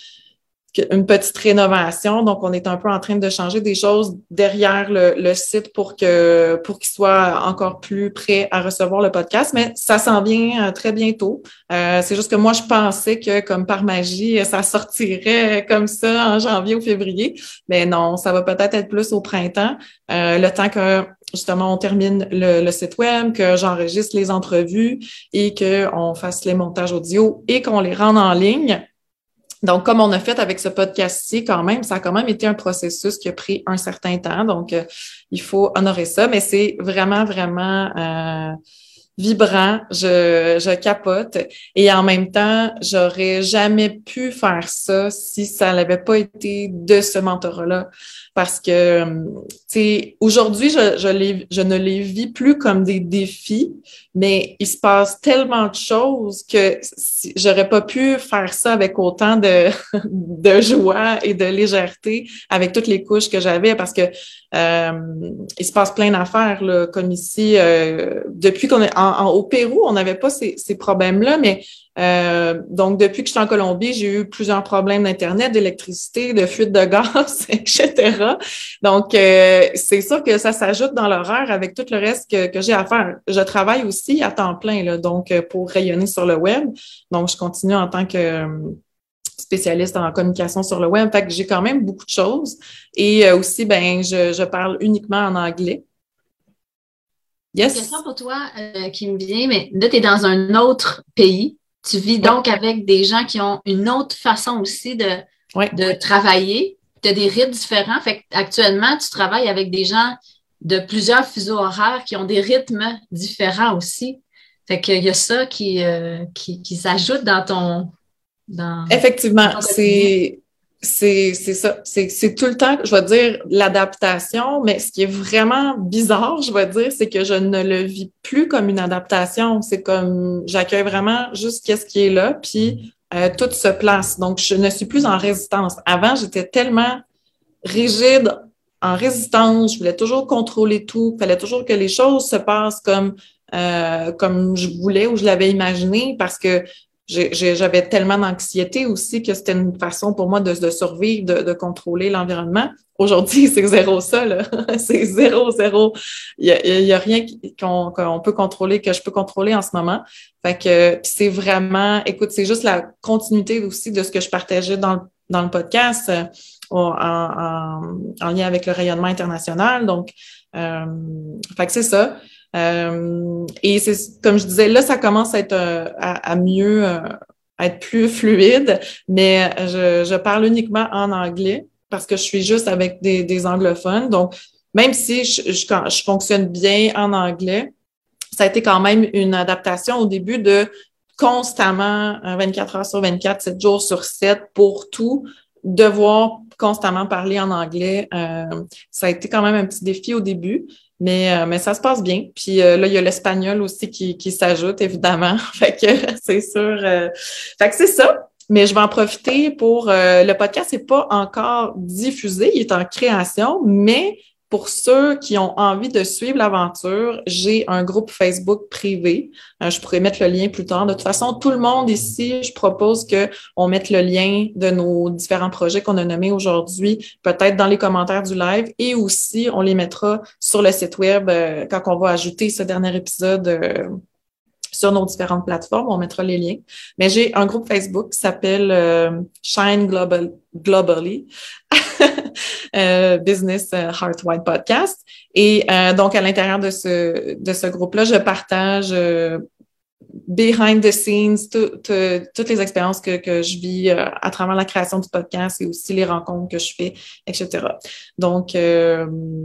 une petite rénovation. Donc, on est un peu en train de changer des choses derrière le, le site pour que pour qu'il soit encore plus prêt à recevoir le podcast. Mais ça s'en vient très bientôt. Euh, c'est juste que moi, je pensais que, comme par magie, ça sortirait comme ça en janvier ou février. Mais non, ça va peut-être être plus au printemps, euh, le temps que justement on termine le, le site web, que j'enregistre les entrevues et qu'on fasse les montages audio et qu'on les rende en ligne. Donc, comme on a fait avec ce podcast-ci, quand même, ça a quand même été un processus qui a pris un certain temps. Donc, euh, il faut honorer ça. Mais c'est vraiment, vraiment euh, vibrant. Je, je capote. Et en même temps, j'aurais jamais pu faire ça si ça n'avait pas été de ce mentorat-là. Parce que, tu sais, aujourd'hui, je, je, les, je ne les vis plus comme des défis, mais il se passe tellement de choses que si, j'aurais pas pu faire ça avec autant de, de joie et de légèreté avec toutes les couches que j'avais parce que euh, il se passe plein d'affaires, là, comme ici. Euh, depuis qu'on est en, en, au Pérou, on n'avait pas ces, ces problèmes-là, mais Euh, donc, depuis que je suis en Colombie, j'ai eu plusieurs problèmes d'Internet, d'électricité, de fuite de gaz, et cetera. Donc, euh, c'est sûr que ça s'ajoute dans l'horaire avec tout le reste que, que j'ai à faire. Je travaille aussi à temps plein, là, donc pour rayonner sur le web. Donc, je continue en tant que spécialiste en communication sur le web. Fait que j'ai quand même beaucoup de choses. Et aussi, ben, je, je parle uniquement en anglais. Yes. Une question pour toi euh, qui me vient, mais là, tu es dans un autre pays. Tu vis donc avec des gens qui ont une autre façon aussi de, ouais. de travailler. Tu as des rythmes différents. Fait qu'actuellement, tu travailles avec des gens de plusieurs fuseaux horaires qui ont des rythmes différents aussi. Fait qu'il y a ça qui, euh, qui, qui s'ajoute dans ton... Dans Effectivement, ton c'est... c'est, c'est ça. C'est, c'est tout le temps, je vais dire, l'adaptation, mais ce qui est vraiment bizarre, je vais dire, c'est que je ne le vis plus comme une adaptation. C'est comme, j'accueille vraiment juste qu'est-ce qui est là, puis euh, tout se place. Donc, je ne suis plus en résistance. Avant, j'étais tellement rigide, en résistance, je voulais toujours contrôler tout, il fallait toujours que les choses se passent comme, euh, comme je voulais ou je l'avais imaginé, parce que J'ai, j'ai, j'avais tellement d'anxiété aussi que c'était une façon pour moi de, de survivre, de, de contrôler l'environnement. Aujourd'hui, c'est zéro ça, là. C'est zéro, zéro. Il y a, il y a rien qu'on, qu'on peut contrôler, que je peux contrôler en ce moment. Fait que c'est vraiment, écoute, c'est juste la continuité aussi de ce que je partageais dans le, dans le podcast euh, en, en, en lien avec le rayonnement international. Donc, euh, fait que c'est ça. Euh, et c'est comme je disais, là, ça commence à être euh, à, à mieux, euh, à être plus fluide, mais je, je parle uniquement en anglais parce que je suis juste avec des, des anglophones. Donc, même si je, je, quand je fonctionne bien en anglais, ça a été quand même une adaptation au début de constamment vingt-quatre heures sur vingt-quatre, sept jours sur sept pour tout, devoir constamment parler en anglais. Euh, ça a été quand même un petit défi au début. Mais, euh, mais ça se passe bien. Puis euh, là, il y a l'espagnol aussi qui, qui s'ajoute, évidemment. Fait que c'est sûr. Euh... Fait que c'est ça. Mais je vais en profiter pour... Euh, le podcast n'est pas encore diffusé, il est en création, mais pour ceux qui ont envie de suivre l'aventure, j'ai un groupe Facebook privé. Euh, je pourrais mettre le lien plus tard. De toute façon, tout le monde ici, je propose qu'on mette le lien de nos différents projets qu'on a nommés aujourd'hui, peut-être dans les commentaires du live, et aussi, on les mettra sur le site web euh, quand on va ajouter ce dernier épisode euh, sur nos différentes plateformes. On mettra les liens. Mais j'ai un groupe Facebook qui s'appelle euh, Shine Global, Globally. Euh, Business Heartwide Podcast. Et euh, donc, à l'intérieur de ce, de ce groupe-là, je partage euh, behind the scenes, tout, tout, toutes les expériences que, que je vis euh, à travers la création du podcast et aussi les rencontres que je fais, et cetera. Donc, euh,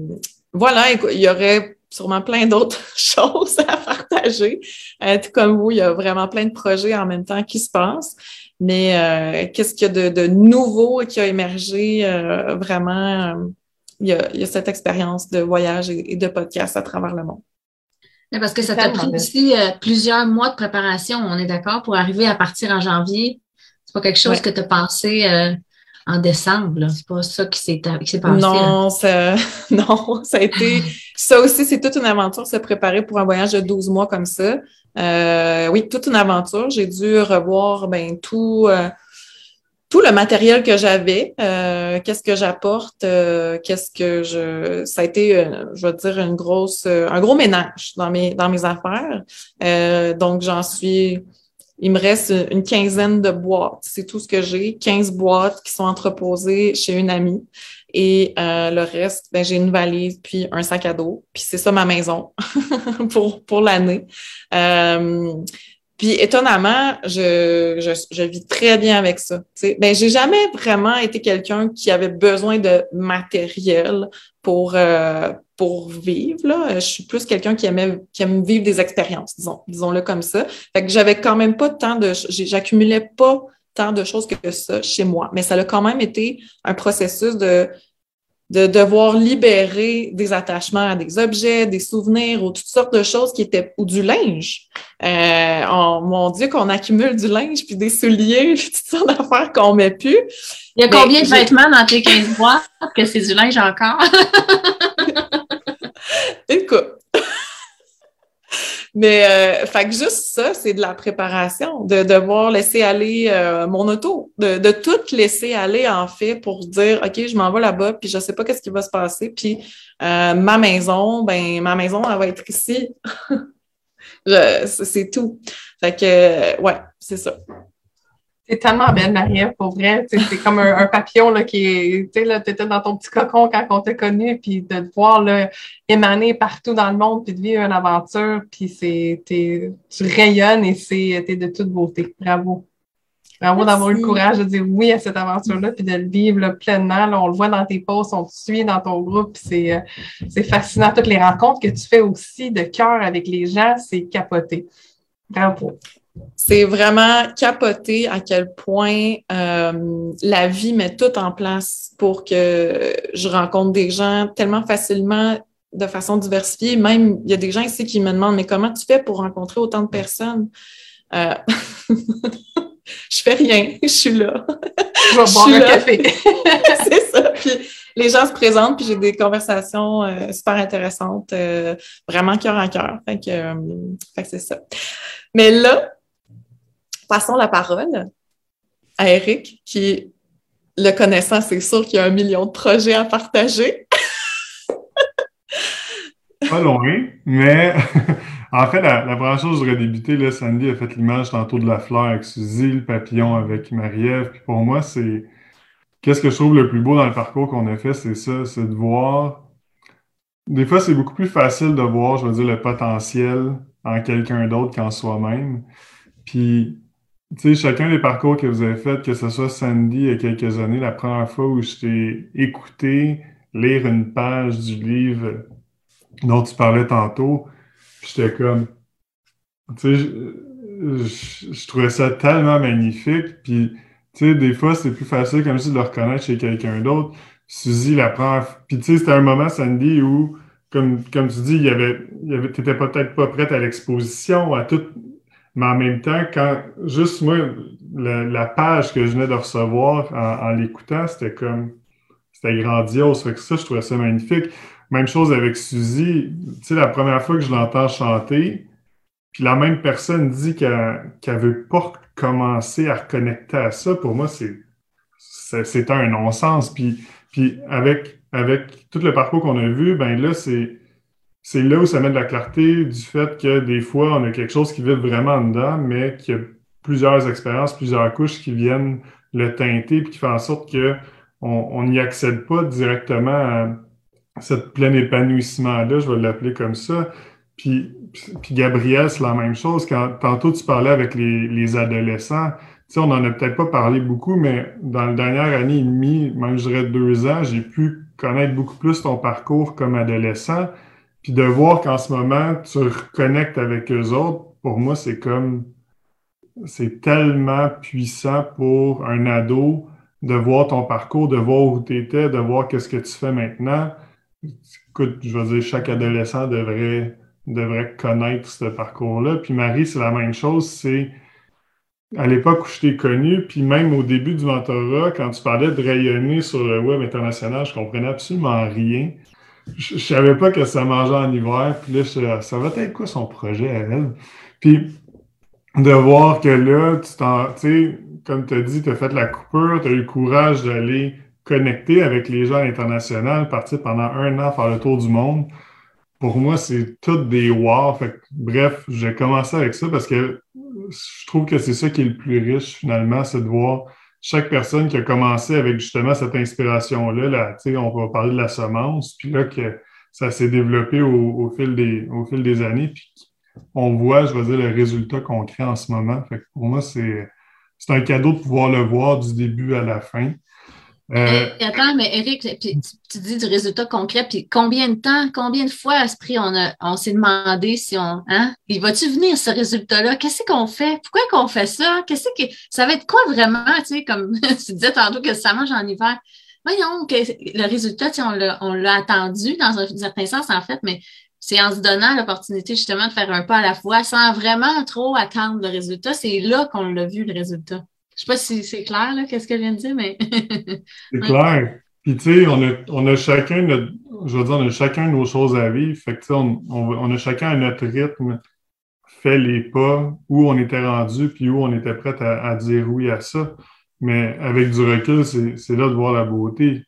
voilà, il y aurait sûrement plein d'autres choses à partager. Euh, tout comme vous, il y a vraiment plein de projets en même temps qui se passent. Mais euh, qu'est-ce qu'il y a de, de nouveau qui a émergé euh, vraiment? Euh, il, y a, il y a cette expérience de voyage et, et de podcast à travers le monde. Mais parce que ça t'a pris aussi euh, plusieurs mois de préparation, on est d'accord, pour arriver à partir en janvier. C'est pas quelque chose ouais. que tu as pensé euh, en décembre, là. C'est pas ça qui s'est, qui s'est passé. Non, ça, non, ça a été... Ça aussi, c'est toute une aventure, se préparer pour un voyage de douze mois comme ça. Euh, oui, toute une aventure. J'ai dû revoir ben tout, euh, tout le matériel que j'avais. Euh, qu'est-ce que j'apporte, euh, qu'est-ce que je. Ça a été, euh, je vais dire, une grosse, euh, un gros ménage dans mes dans mes affaires. Euh, donc j'en suis. Il me reste une quinzaine de boîtes. C'est tout ce que j'ai. quinze boîtes qui sont entreposées chez une amie. Et euh, le reste, ben, j'ai une valise puis un sac à dos. Puis c'est ça ma maison pour pour l'année. Euh, puis étonnamment, je, je je vis très bien avec ça. T'sais. Ben j'ai jamais vraiment été quelqu'un qui avait besoin de matériel pour euh, pour vivre là. Je suis plus quelqu'un qui aimait qui aime vivre des expériences, disons, disons-le comme ça. Fait que j'avais quand même pas tant de, j'accumulais pas tant de choses que ça chez moi. Mais ça a quand même été un processus de, de devoir libérer des attachements à des objets, des souvenirs ou toutes sortes de choses qui étaient, ou du linge. Euh, on, mon Dieu, qu'on accumule du linge puis des souliers, puis toutes sortes d'affaires qu'on met plus. Il y a combien Mais, de vêtements dans tes quinze boîtes que c'est du linge encore? Une coupe. Mais, euh, fait que juste ça, c'est de la préparation, de devoir laisser aller euh, mon auto, de, de tout laisser aller, en fait, pour dire, OK, je m'en vais là-bas, puis je sais pas qu'est-ce qui va se passer, puis euh, ma maison, ben, ma maison, elle va être ici. je, c'est, c'est tout. Fait que, ouais, c'est ça. C'est tellement belle, Marie-Ève, pour vrai. C'est, c'est comme un, un papillon là, qui est, tu sais, là, t'étais dans ton petit cocon quand on t'a connu, puis de te voir là, émaner partout dans le monde, puis de vivre une aventure, puis c'est, t'es, tu rayonnes et c'est, t'es de toute beauté. Bravo. Bravo Merci. D'avoir eu le courage de dire oui à cette aventure-là, puis de le vivre là, pleinement. Là, on le voit dans tes posts, on te suit dans ton groupe, puis c'est, euh, c'est fascinant. Toutes les rencontres que tu fais aussi de cœur avec les gens, c'est capoté. Bravo. C'est vraiment capoté à quel point euh, la vie met tout en place pour que je rencontre des gens tellement facilement, de façon diversifiée. Même, il y a des gens ici qui me demandent, mais comment tu fais pour rencontrer autant de personnes? Euh... je fais rien, je suis là. Je vais boire un là. Café. C'est ça. Puis les gens se présentent, puis j'ai des conversations euh, super intéressantes, euh, vraiment cœur à cœur. Fait que, euh, fait que c'est ça. Mais là, passons la parole à Éric, qui, le connaissant, c'est sûr qu'il y a un million de projets à partager. Pas loin, mais en fait, la, la première chose, j'aurais débuté, là, Sandy a fait l'image tantôt de la fleur avec Suzy, le papillon avec Marie-Ève. Puis pour moi, c'est qu'est-ce que je trouve le plus beau dans le parcours qu'on a fait, c'est ça, c'est de voir. Des fois, c'est beaucoup plus facile de voir, je veux dire, le potentiel en quelqu'un d'autre qu'en soi-même. Puis, tu sais, chacun des parcours que vous avez fait, que ce soit Sandy il y a quelques années, la première fois où je t'ai écouté lire une page du livre dont tu parlais tantôt, j'étais comme, tu sais, je, je, je trouvais ça tellement magnifique, puis, tu sais, des fois, c'est plus facile, comme je dis, de le reconnaître chez quelqu'un d'autre. Suzy, la première, puis tu sais, c'était un moment, Sandy, où, comme, comme tu dis, il y avait, il y avait, t'étais peut-être pas prête à l'exposition, à tout, mais en même temps, quand, juste moi, la, la page que je venais de recevoir en, en l'écoutant, c'était comme, c'était grandiose, fait que ça, je trouvais ça magnifique. Même chose avec Suzy. Tu sais, la première fois que je l'entends chanter, puis la même personne dit qu'elle qu'elle veut pas commencer à reconnecter à ça. Pour moi, c'est c'est, c'est un non-sens. Puis, puis avec, avec tout le parcours qu'on a vu, ben là, c'est, c'est là où ça met de la clarté du fait que des fois, on a quelque chose qui vit vraiment dedans, mais qu'il y a plusieurs expériences, plusieurs couches qui viennent le teinter, puis qui font en sorte que on n'y accède pas directement à cette plein épanouissement-là, je vais l'appeler comme ça. Puis, puis Gabriel, c'est la même chose. Quand tantôt tu parlais avec les, les adolescents, tu sais, on n'en a peut-être pas parlé beaucoup, mais dans la dernière année et demie, même je dirais deux ans, j'ai pu connaître beaucoup plus ton parcours comme adolescent. Puis de voir qu'en ce moment, tu reconnectes avec eux autres, pour moi, c'est comme, c'est tellement puissant pour un ado de voir ton parcours, de voir où tu étais, de voir qu'est-ce que tu fais maintenant. Écoute, je veux dire, chaque adolescent devrait, devrait connaître ce parcours-là. Puis Marie, c'est la même chose. C'est à l'époque où je t'ai connu, puis même au début du mentorat, quand tu parlais de rayonner sur le web international, je comprenais absolument rien. Je, je savais pas que ça mangeait en hiver. Puis là, je, ça va être quoi son projet à elle? Puis de voir que là, tu t'en, tu sais, comme tu as dit, tu as fait la coupure, tu as eu le courage d'aller connecter avec les gens à l'international, partir pendant un an faire le tour du monde. Pour moi, c'est toutes des wow. Fait que, bref, j'ai commencé avec ça parce que je trouve que c'est ça qui est le plus riche finalement, c'est de voir chaque personne qui a commencé avec justement cette inspiration-là. Là, tu sais, on va parler de la semence, puis là que ça s'est développé au, au fil des, au fil des années, puis on voit, je vais dire, le résultat concret en ce moment. Fait que pour moi, c'est, c'est un cadeau de pouvoir le voir du début à la fin. Euh, Attends, mais Éric, tu, tu dis du résultat concret, puis combien de temps, combien de fois à ce prix on, a, on s'est demandé si on, hein, il va-tu venir ce résultat-là? Qu'est-ce qu'on fait? Pourquoi qu'on fait ça? Qu'est-ce que, ça va être quoi vraiment, tu sais, comme tu disais tantôt que ça mange en hiver. Voyons, que le résultat, tu sais, on l'a, on l'a attendu dans un certain sens, en fait, mais c'est en se donnant l'opportunité justement de faire un pas à la fois sans vraiment trop attendre le résultat. C'est là qu'on l'a vu, le résultat. Je sais pas si c'est clair, là, qu'est-ce que je viens de dire, mais... C'est clair. Puis, tu sais, on a, on a chacun, notre, je veux dire, on a chacun nos choses à vivre. Fait que, tu sais, on, on, on a chacun à notre rythme fait les pas, où on était rendu, puis où on était prêt à, à dire oui à ça. Mais avec du recul, c'est, c'est là de voir la beauté.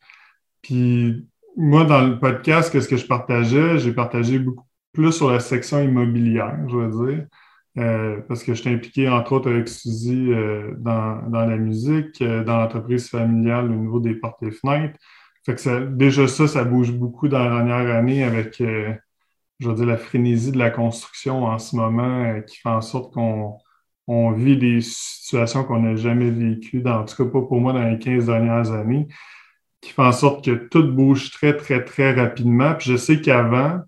Puis, moi, dans le podcast, qu'est-ce que je partageais? J'ai partagé beaucoup plus sur la section immobilière, je veux dire. Euh, parce que je suis impliqué, entre autres, avec Suzy euh, dans, dans la musique, euh, dans l'entreprise familiale au niveau des portes et fenêtres. Fait que ça, déjà ça, ça bouge beaucoup dans la dernière année avec, euh, je veux dire, la frénésie de la construction en ce moment euh, qui fait en sorte qu'on on vit des situations qu'on n'a jamais vécues, dans, en tout cas pas pour moi dans les quinze dernières années, qui fait en sorte que tout bouge très, très, très rapidement. Puis je sais qu'avant,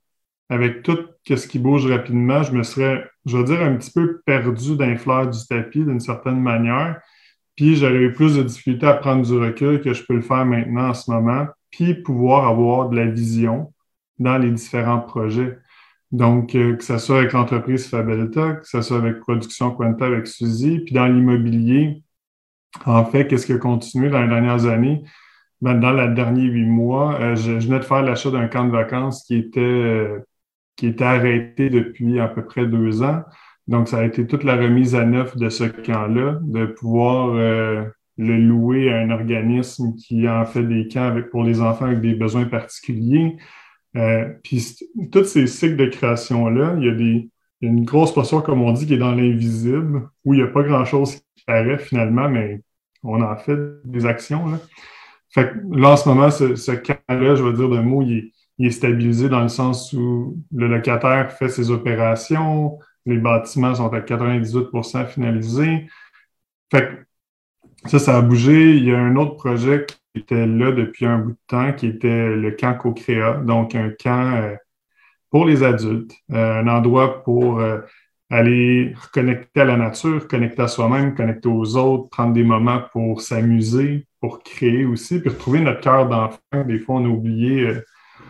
avec tout ce qui bouge rapidement, je me serais, je veux dire, un petit peu perdu dans les fleurs du tapis d'une certaine manière. Puis j'aurais eu plus de difficulté à prendre du recul que je peux le faire maintenant en ce moment, puis pouvoir avoir de la vision dans les différents projets. Donc, euh, que ce soit avec l'entreprise Fabelta, que ce soit avec Production Quanta avec Suzy, puis dans l'immobilier, en fait, qu'est-ce qui a continué dans les dernières années? Ben, dans les derniers huit mois, euh, je, je venais de faire l'achat d'un camp de vacances qui était, euh, qui était arrêté depuis à peu près deux ans. Donc, ça a été toute la remise à neuf de ce camp-là, de pouvoir euh, le louer à un organisme qui en fait des camps avec, pour les enfants avec des besoins particuliers. Euh, puis, tous ces cycles de création-là, il y a des, il y a une grosse portion, comme on dit, qui est dans l'invisible, où il n'y a pas grand-chose qui paraît finalement, mais on en fait des actions, là. Fait que là, en ce moment, ce, ce camp-là, je veux dire de mots, il est, il est stabilisé dans le sens où le locataire fait ses opérations, les bâtiments sont à quatre-vingt-dix-huit pour cent finalisés. Fait que ça, ça a bougé. Il y a un autre projet qui était là depuis un bout de temps, qui était le camp Co-Créa, donc un camp euh, pour les adultes, euh, un endroit pour euh, aller reconnecter à la nature, connecter à soi-même, connecter aux autres, prendre des moments pour s'amuser, pour créer aussi, puis retrouver notre cœur d'enfant. Des fois, on a oublié euh,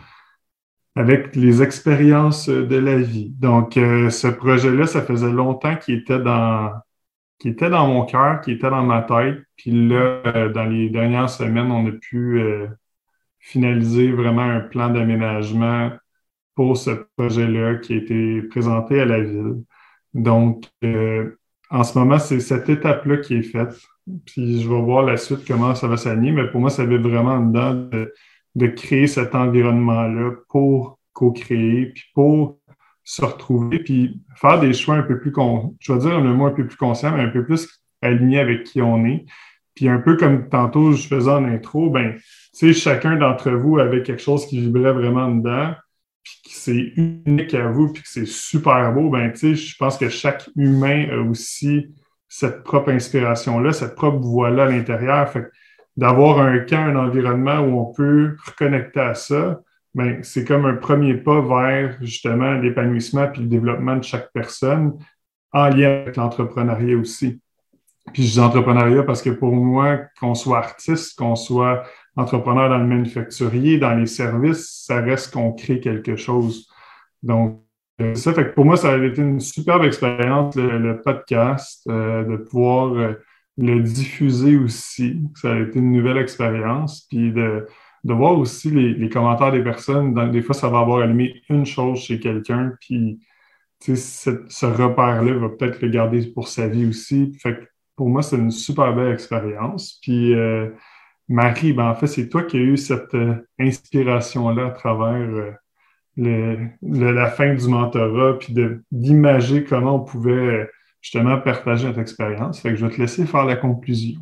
avec les expériences de la vie. Donc, euh, ce projet-là, ça faisait longtemps qu'il était dans, qu'il était dans mon cœur, qu'il était dans ma tête. Puis là, euh, dans les dernières semaines, on a pu euh, finaliser vraiment un plan d'aménagement pour ce projet-là qui a été présenté à la ville. Donc, euh, en ce moment, c'est cette étape-là qui est faite. Puis je vais voir la suite, comment ça va s'aligner. Mais pour moi, ça va être vraiment dedans de, de créer cet environnement-là pour co-créer, puis pour se retrouver, puis faire des choix un peu plus, con, je vais dire le mot un peu plus conscient, mais un peu plus aligné avec qui on est. Puis un peu comme tantôt je faisais en intro, ben, tu sais, chacun d'entre vous avait quelque chose qui vibrait vraiment dedans, puis que c'est unique à vous, puis que c'est super beau, ben, tu sais, je pense que chaque humain a aussi cette propre inspiration-là, cette propre voix-là à l'intérieur. Fait que d'avoir un camp, un environnement où on peut reconnecter à ça, ben, c'est comme un premier pas vers justement l'épanouissement puis le développement de chaque personne en lien avec l'entrepreneuriat aussi. Puis je dis entrepreneuriat parce que pour moi, qu'on soit artiste, qu'on soit entrepreneur dans le manufacturier, dans les services, ça reste qu'on crée quelque chose. Donc, c'est ça. Fait que pour moi, ça a été une superbe expérience, le, le podcast, euh, de pouvoir euh, le diffuser aussi. Ça a été une nouvelle expérience. Puis de de voir aussi les, les commentaires des personnes. Dans, des fois, ça va avoir allumé une chose chez quelqu'un, puis tu sais, ce repère-là va peut-être le garder pour sa vie aussi. Fait que pour moi, c'est une super belle expérience. Puis euh, Marie, ben, en fait, c'est toi qui as eu cette euh, inspiration-là à travers euh, le, le, la fin du mentorat, puis de, d'imager comment on pouvait euh, justement partager notre expérience. Fait que je vais te laisser faire la conclusion.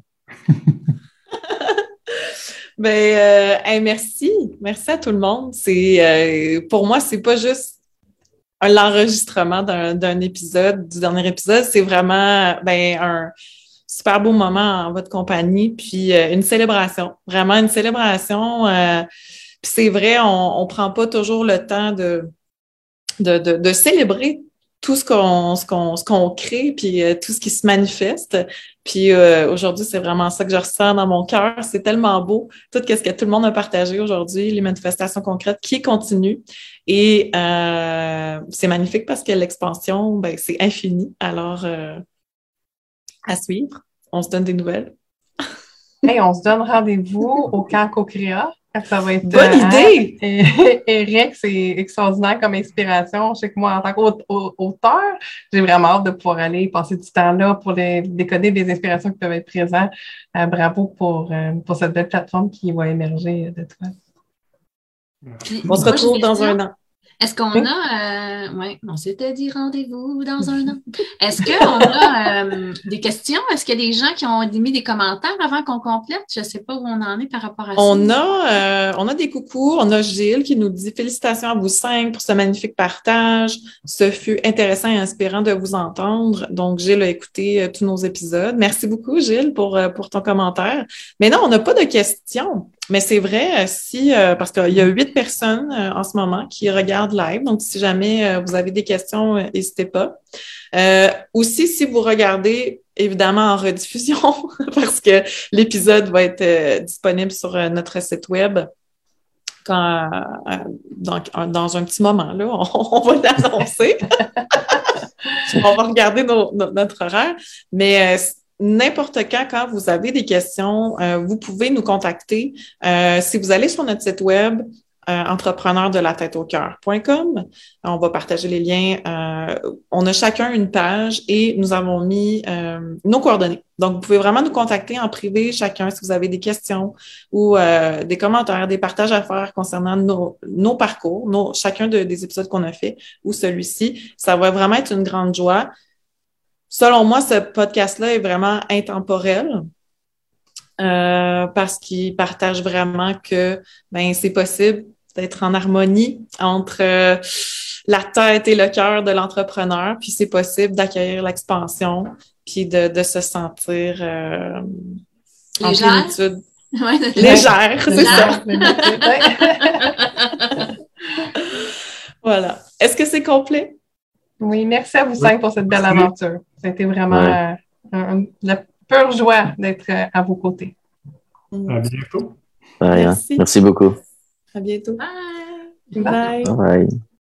Ben, euh, hey, merci. Merci à tout le monde. C'est, euh, pour moi, c'est pas juste un, l'enregistrement d'un, d'un épisode, du dernier épisode. C'est vraiment, ben, un super beau moment en votre compagnie, puis euh, une célébration. Vraiment une célébration. Euh, puis c'est vrai, on, on prend pas toujours le temps de, de, de, de célébrer tout ce qu'on, ce qu'on, ce qu'on crée, puis euh, tout ce qui se manifeste. Puis euh, aujourd'hui, c'est vraiment ça que je ressens dans mon cœur. C'est tellement beau, tout ce que tout le monde a partagé aujourd'hui, les manifestations concrètes qui continuent. Et euh, c'est magnifique parce que l'expansion, ben, c'est infini. Alors, euh, à suivre. On se donne des nouvelles. Hey, on se donne rendez-vous au camp Co-Créa. Ça va être bonne euh, idée! Et, Eric, c'est extraordinaire comme inspiration. Je sais que moi, en tant qu'auteur, j'ai vraiment hâte de pouvoir aller passer du temps là pour les, décoder des inspirations qui peuvent être présentes. Euh, bravo pour, euh, pour cette belle plateforme qui va émerger de toi. Puis, on se retrouve dans un an. Est-ce qu'on oui. a... Euh, oui, on s'était dit rendez-vous dans un an. Est-ce qu'on a euh, des questions? Est-ce qu'il y a des gens qui ont mis des commentaires avant qu'on complète? Je ne sais pas où on en est par rapport à ça. On a, euh, on a des coucous. On a Gilles qui nous dit « Félicitations à vous cinq pour ce magnifique partage. Ce fut intéressant et inspirant de vous entendre. » Donc, Gilles a écouté euh, tous nos épisodes. Merci beaucoup, Gilles, pour, euh, pour ton commentaire. Mais non, on n'a pas de questions. mais c'est vrai, euh, si, euh, parce qu'il y a huit personnes euh, en ce moment qui regardent live, donc si jamais euh, vous avez des questions, euh, n'hésitez pas. Euh, aussi, si vous regardez évidemment en rediffusion, parce que l'épisode va être euh, disponible sur euh, notre site web quand, euh, dans, dans un petit moment, là, on, on va l'annoncer. On va regarder nos, nos, notre horaire, mais euh, n'importe quand, quand vous avez des questions, euh, vous pouvez nous contacter. Euh, si vous allez sur notre site web, euh, entrepreneur de la tête au cœur point com, on va partager les liens. Euh, on a chacun une page et nous avons mis euh, nos coordonnées. Donc, vous pouvez vraiment nous contacter en privé, chacun, si vous avez des questions ou euh, des commentaires, des partages à faire concernant nos, nos parcours, nos, chacun de, des épisodes qu'on a fait ou celui-ci. Ça va vraiment être une grande joie. Selon moi, ce podcast-là est vraiment intemporel euh, parce qu'il partage vraiment que ben c'est possible d'être en harmonie entre euh, la tête et le cœur de l'entrepreneur, puis c'est possible d'accueillir l'expansion, puis de, de se sentir euh, en plénitude. Ouais, légère, c'est ça. Voilà. Est-ce que c'est complet? Oui, merci à vous cinq pour cette belle aventure. Ça a été vraiment ouais. euh, un, la pure joie d'être euh, à vos côtés. À bientôt. Ouais, merci. Merci beaucoup. À bientôt. Bye. Bye. Bye.